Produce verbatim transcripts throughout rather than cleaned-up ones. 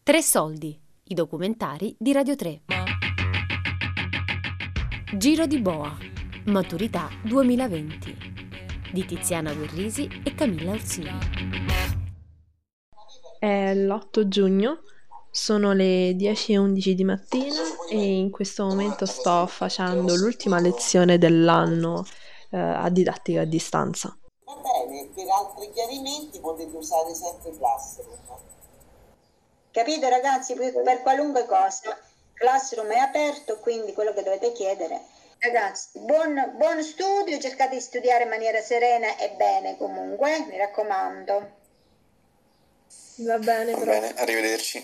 Tre soldi, i documentari di Radio tre. Giro di boa, maturità duemilaventi, di Tiziana Guerrisi e Camilla Orsini. È l'otto giugno, sono le dieci e undici di mattina e in questo momento sto facendo l'ultima lezione dell'anno eh, a didattica a distanza. Va bene, per altri chiarimenti potete usare sempre Classroom. Capite ragazzi, per, per qualunque cosa, Classroom è aperto, quindi quello che dovete chiedere. Ragazzi, buon, buon studio, cercate di studiare in maniera serena e bene comunque, mi raccomando. Va bene, Va bene, arrivederci.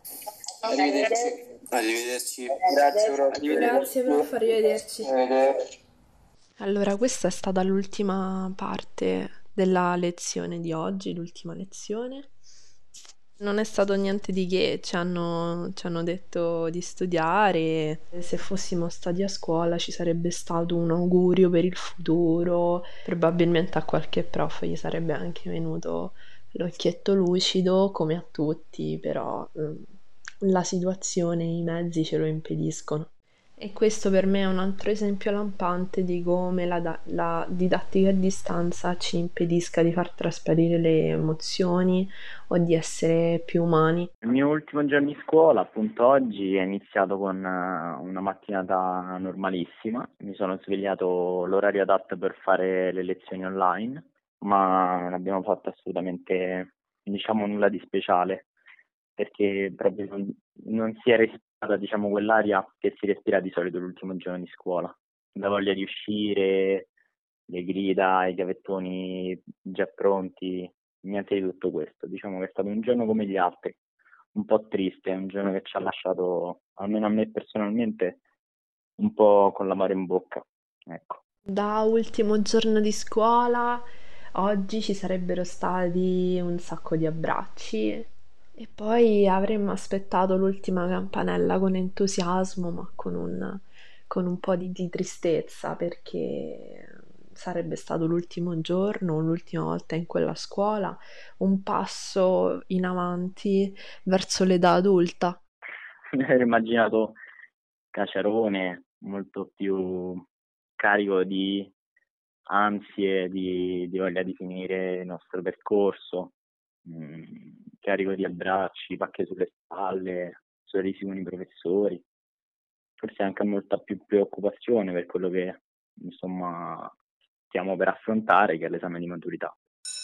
Arrivederci. Arrivederci. Grazie, prof. Grazie prof, arrivederci. Arrivederci. Allora, questa è stata l'ultima parte della lezione di oggi, l'ultima lezione. Non è stato niente di che, ci hanno, ci hanno detto di studiare, se fossimo stati a scuola ci sarebbe stato un augurio per il futuro, probabilmente a qualche prof gli sarebbe anche venuto l'occhietto lucido come a tutti, però mm, la situazione e i mezzi ce lo impediscono. E questo per me è un altro esempio lampante di come la, da- la didattica a distanza ci impedisca di far trasparire le emozioni o di essere più umani. Il mio ultimo giorno di scuola, appunto oggi, è iniziato con eh, una mattinata normalissima. Mi sono svegliato l'orario adatto per fare le lezioni online, ma non abbiamo fatto assolutamente, diciamo, nulla di speciale, perché proprio non, non si è respirata, diciamo, quell'aria che si respira di solito l'ultimo giorno di scuola. La voglia di uscire, le grida, i gavettoni già pronti, niente di tutto questo. Diciamo che è stato un giorno come gli altri, un po' triste, un giorno che ci ha lasciato, almeno a me personalmente, un po' con l'amaro in bocca. Ecco. Da ultimo giorno di scuola, oggi ci sarebbero stati un sacco di abbracci e poi avremmo aspettato l'ultima campanella con entusiasmo, ma con un, con un po' di, di tristezza perché sarebbe stato l'ultimo giorno, l'ultima volta in quella scuola, un passo in avanti verso l'età adulta. Mi ero immaginato Caciarone molto più carico di ansie, di, di voglia di finire il nostro percorso, mh, carico di abbracci, pacche sulle spalle, sorrisi con i professori, forse anche molta più preoccupazione per quello che insomma stiamo per affrontare, che è l'esame di maturità.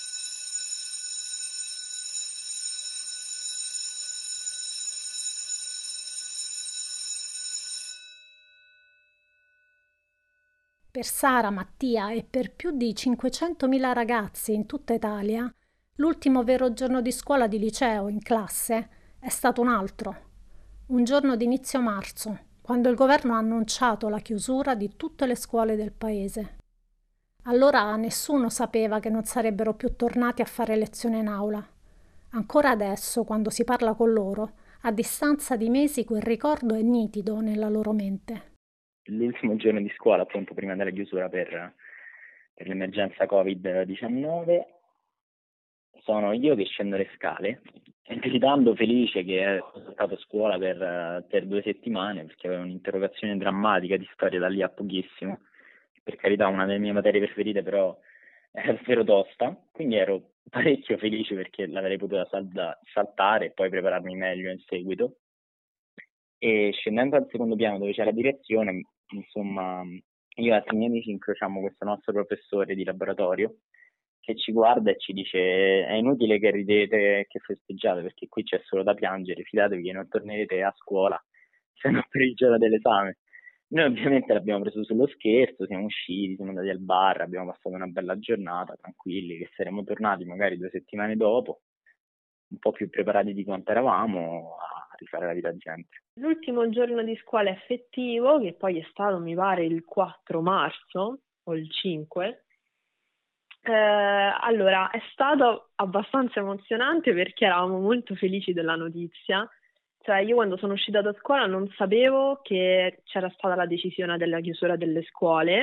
Per Sara, Mattia e per più di cinquecentomila ragazzi in tutta Italia, l'ultimo vero giorno di scuola di liceo in classe è stato un altro. Un giorno di inizio marzo, quando il governo ha annunciato la chiusura di tutte le scuole del paese. Allora nessuno sapeva che non sarebbero più tornati a fare lezione in aula. Ancora adesso, quando si parla con loro, a distanza di mesi quel ricordo è nitido nella loro mente. L'ultimo giorno di scuola, appunto, prima della chiusura per, per l'emergenza covid diciannove, sono io che scendo le scale, gridando felice che ero stato a scuola per, per due settimane, perché avevo un'interrogazione drammatica di storia da lì a pochissimo. Per carità, una delle mie materie preferite, però era davvero tosta, quindi ero parecchio felice perché l'avrei potuta salda- saltare e poi prepararmi meglio in seguito. E scendendo al secondo piano dove c'è la direzione, insomma, io e altri miei amici incrociamo questo nostro professore di laboratorio che ci guarda e ci dice: è inutile che ridete e che festeggiate, perché qui c'è solo da piangere, fidatevi che non tornerete a scuola se non per il giorno dell'esame. Noi ovviamente l'abbiamo preso sullo scherzo, siamo usciti, siamo andati al bar, abbiamo passato una bella giornata, tranquilli, che saremmo tornati magari due settimane dopo, un po' più preparati di quanto eravamo, a rifare la vita di gente. L'ultimo giorno di scuola effettivo, che poi è stato, mi pare, il quattro marzo o il cinque, eh, allora è stato abbastanza emozionante perché eravamo molto felici della notizia. Cioè, io quando sono uscita da scuola non sapevo che c'era stata la decisione della chiusura delle scuole,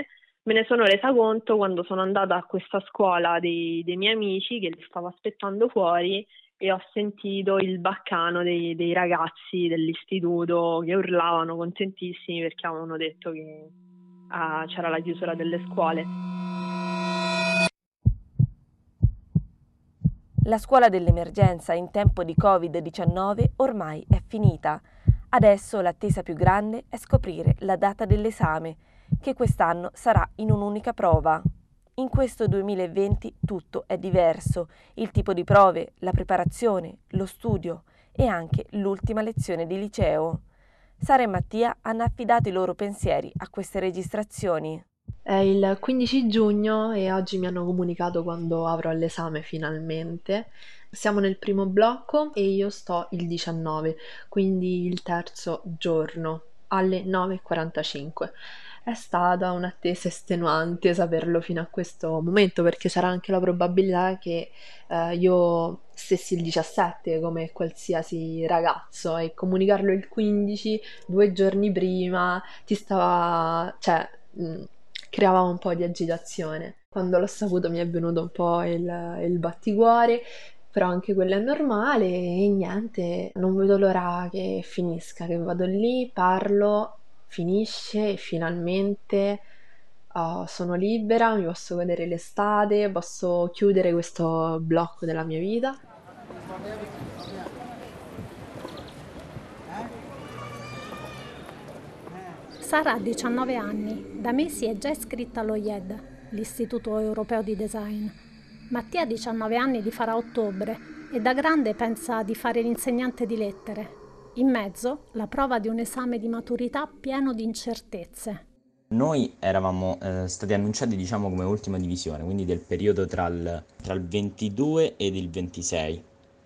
Me ne sono resa conto quando sono andata a questa scuola dei, dei miei amici che li stavo aspettando fuori e ho sentito il baccano dei, dei ragazzi dell'istituto che urlavano contentissimi perché avevano detto che ah, c'era la chiusura delle scuole. La scuola dell'emergenza in tempo di covid diciannove ormai è finita. Adesso l'attesa più grande è scoprire la data dell'esame, che quest'anno sarà in un'unica prova. In questo duemilaventi tutto è diverso, il tipo di prove, la preparazione, lo studio e anche l'ultima lezione di liceo. Sara e Mattia hanno affidato i loro pensieri a queste registrazioni. È il quindici giugno e oggi mi hanno comunicato quando avrò l'esame finalmente. Siamo nel primo blocco e io sto il diciannove, quindi il terzo giorno, alle nove e quarantacinque. È stata un'attesa estenuante saperlo fino a questo momento, perché c'era anche la probabilità che eh, io stessi il diciassette come qualsiasi ragazzo, e comunicarlo il quindici, due giorni prima, ti stava, cioè, mh, creava un po' di agitazione. Quando l'ho saputo mi è venuto un po' il, il batticuore, però anche quello è normale e niente, non vedo l'ora che finisca, che vado lì, parlo, finisce e finalmente oh, sono libera, mi posso godere l'estate, posso chiudere questo blocco della mia vita. Sara ha diciannove anni, da mesi è già iscritta allo I E D, l'Istituto Europeo di Design. Mattia ha diciannove anni, li farà a ottobre, e da grande pensa di fare l'insegnante di lettere. In mezzo, la prova di un esame di maturità pieno di incertezze. Noi eravamo eh, stati annunciati, diciamo, come ultima divisione, quindi del periodo tra il, tra il ventidue ed il ventisei.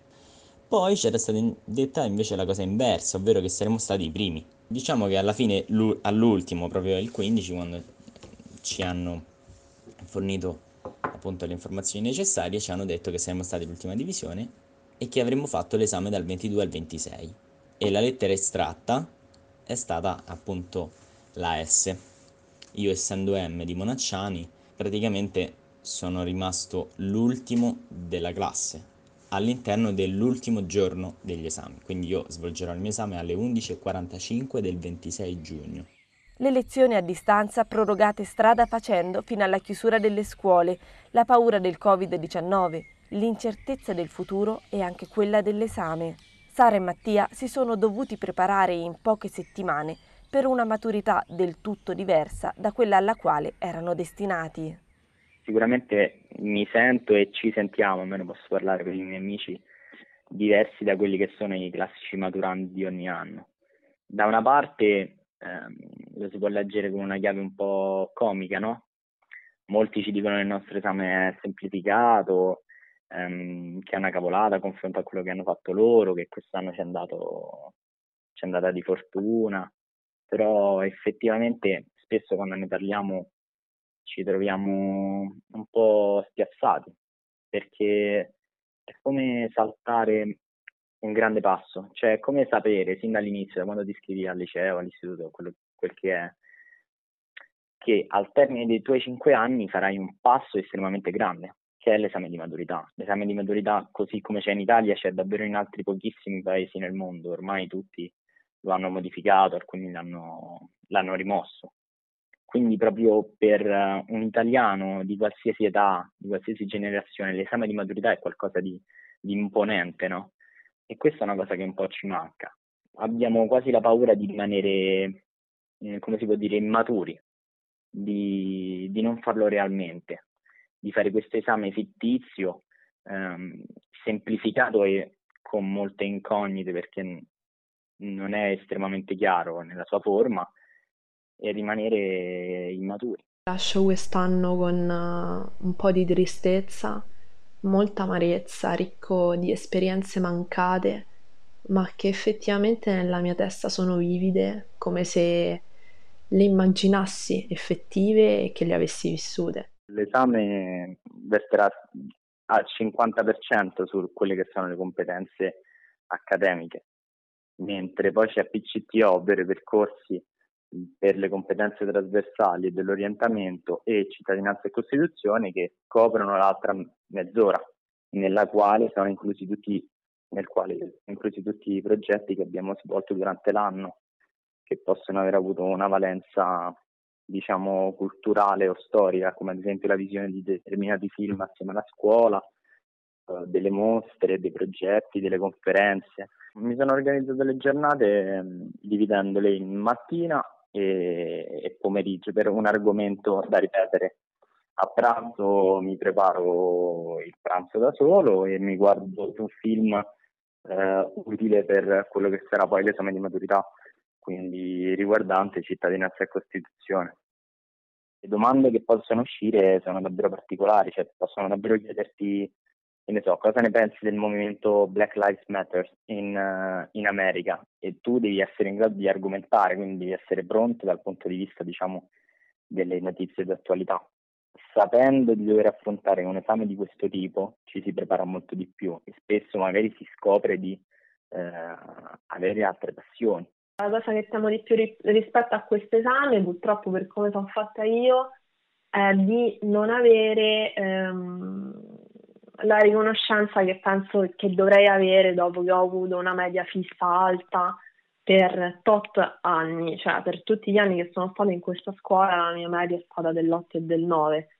Poi c'era stata in- detta invece la cosa inversa, ovvero che saremmo stati i primi. Diciamo che alla fine, l'u- all'ultimo, proprio il quindici, quando ci hanno fornito appunto le informazioni necessarie, ci hanno detto che saremmo stati l'ultima divisione e che avremmo fatto l'esame dal ventidue al ventisei. E la lettera estratta è stata appunto la S. Io, essendo M di Monacciani, praticamente sono rimasto l'ultimo della classe all'interno dell'ultimo giorno degli esami, quindi io svolgerò il mio esame alle undici e quarantacinque del ventisei giugno. Le lezioni a distanza prorogate strada facendo fino alla chiusura delle scuole, la paura del covid diciannove, l'incertezza del futuro e anche quella dell'esame. Sara e Mattia si sono dovuti preparare in poche settimane per una maturità del tutto diversa da quella alla quale erano destinati. Sicuramente mi sento e ci sentiamo, almeno posso parlare per i miei amici, diversi da quelli che sono i classici maturandi di ogni anno. Da una parte ehm, lo si può leggere con una chiave un po' comica, no? Molti ci dicono che il nostro esame è semplificato, ehm, che è una cavolata confronto a quello che hanno fatto loro, che quest'anno ci è andato, ci è andata di fortuna, però effettivamente spesso quando ne parliamo ci troviamo un po' spiazzati, perché è come saltare un grande passo, cioè è come sapere sin dall'inizio, da quando ti iscrivi al liceo, all'istituto, quello, quel che è, che al termine dei tuoi cinque anni farai un passo estremamente grande, che è l'esame di maturità. L'esame di maturità, così come c'è in Italia, c'è davvero in altri pochissimi paesi nel mondo, ormai tutti lo hanno modificato, alcuni l'hanno, l'hanno rimosso. Quindi proprio per uh, un italiano di qualsiasi età, di qualsiasi generazione, l'esame di maturità è qualcosa di, di imponente, no? E questa è una cosa che un po' ci manca. Abbiamo quasi la paura di rimanere, eh, come si può dire, immaturi, di, di non farlo realmente, di fare questo esame fittizio, ehm, semplificato e con molte incognite perché non è estremamente chiaro nella sua forma, e rimanere immaturi. Lascio quest'anno con uh, un po' di tristezza, molta amarezza, ricco di esperienze mancate, ma che effettivamente nella mia testa sono vivide, come se le immaginassi effettive e che le avessi vissute. L'esame verterà al cinquanta per cento su quelle che sono le competenze accademiche, mentre poi c'è P C T O, ovvero i percorsi per le competenze trasversali e dell'orientamento e cittadinanza e Costituzione, che coprono l'altra mezz'ora, nella quale sono inclusi tutti, nel quale sono inclusi tutti i progetti che abbiamo svolto durante l'anno, che possono aver avuto una valenza, diciamo, culturale o storica, come ad esempio la visione di determinati film assieme alla scuola, eh, delle mostre, dei progetti, delle conferenze. Mi sono organizzato le giornate eh, dividendole in mattina e, e pomeriggio per un argomento da ripetere. A pranzo mi preparo il pranzo da solo e mi guardo un film eh, utile per quello che sarà poi l'esame di maturità, quindi riguardante cittadinanza e Costituzione. Le domande che possono uscire sono davvero particolari, cioè possono davvero chiederti, che ne so, cosa ne pensi del movimento Black Lives Matter in, uh, in America, e tu devi essere in grado di argomentare, quindi devi essere pronto dal punto di vista, diciamo, delle notizie d'attualità. Sapendo di dover affrontare un esame di questo tipo ci si prepara molto di più e spesso magari si scopre di eh, avere altre passioni. La cosa che temo di più ri- rispetto a questo esame, purtroppo per come sono fatta io, è di non avere ehm, la riconoscenza che penso che dovrei avere dopo che ho avuto una media fissa alta per tot anni, cioè per tutti gli anni che sono stata in questa scuola la mia media è stata dell'otto e del nove.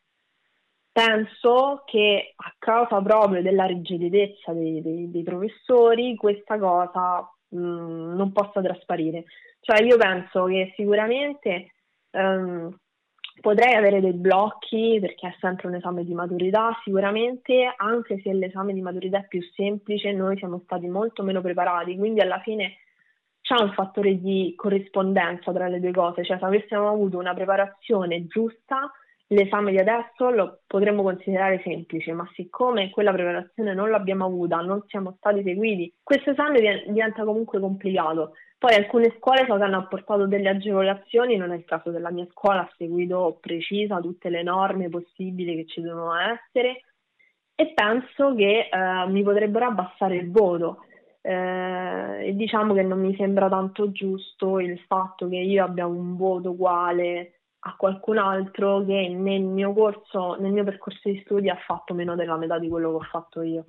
Penso che a causa proprio della rigidezza dei, dei, dei professori questa cosa mh, non possa trasparire. Cioè io penso che sicuramente um, potrei avere dei blocchi perché è sempre un esame di maturità, sicuramente anche se l'esame di maturità è più semplice noi siamo stati molto meno preparati, quindi alla fine c'è un fattore di corrispondenza tra le due cose, cioè se avessimo avuto una preparazione giusta l'esame di adesso lo potremmo considerare semplice, ma siccome quella preparazione non l'abbiamo avuta, non siamo stati seguiti, questo esame diventa comunque complicato. Poi alcune scuole so che hanno apportato delle agevolazioni, non è il caso della mia scuola, ha seguito precisa tutte le norme possibili che ci devono essere e penso che eh, mi potrebbero abbassare il voto. Eh, e diciamo che non mi sembra tanto giusto il fatto che io abbia un voto uguale a qualcun altro che nel mio corso, nel mio percorso di studi ha fatto meno della metà di quello che ho fatto io.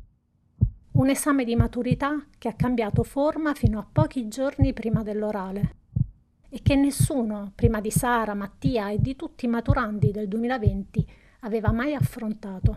Un esame di maturità che ha cambiato forma fino a pochi giorni prima dell'orale e che nessuno, prima di Sara, Mattia e di tutti i maturanti del duemilaventi, aveva mai affrontato.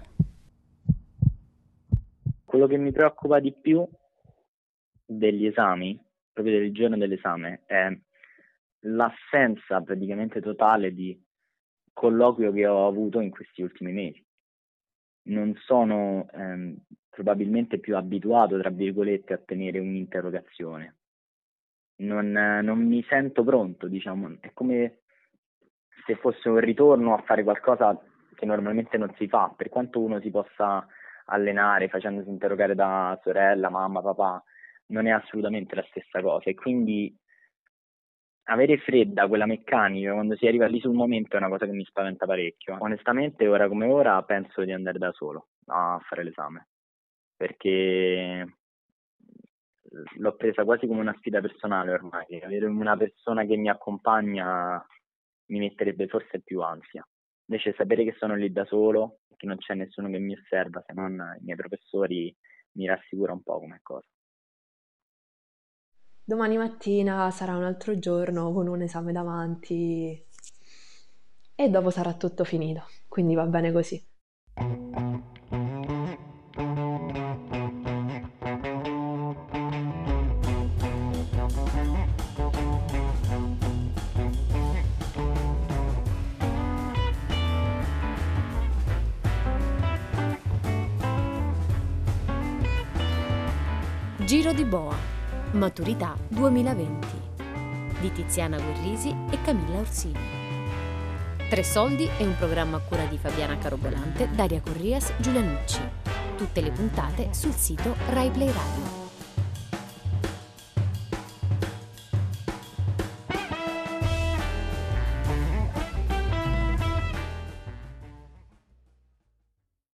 Quello che mi preoccupa di più degli esami, proprio del giorno dell'esame, è l'assenza praticamente totale di colloquio che ho avuto in questi ultimi mesi. Non sono ehm, probabilmente più abituato, tra virgolette, a tenere un'interrogazione. Non, eh, non mi sento pronto, diciamo, è come se fosse un ritorno a fare qualcosa che normalmente non si fa, per quanto uno si possa allenare facendosi interrogare da sorella, mamma, papà, non è assolutamente la stessa cosa e quindi avere fredda quella meccanica quando si arriva lì sul momento è una cosa che mi spaventa parecchio. Onestamente ora come ora penso di andare da solo a fare l'esame perché l'ho presa quasi come una sfida personale ormai. Avere una persona che mi accompagna mi metterebbe forse più ansia. Invece sapere che sono lì da solo, che non c'è nessuno che mi osserva se non i miei professori, mi rassicura un po' come cosa. Domani mattina sarà un altro giorno con un esame davanti e dopo sarà tutto finito, quindi va bene così. Giro di boa, maturità duemilaventi di Tiziana Guerrisi e Camilla Orsini. Tre soldi è un programma a cura di Fabiana Carobolante, Daria Corrias, Giulia Nucci. Tutte le puntate sul sito Rai Play Radio.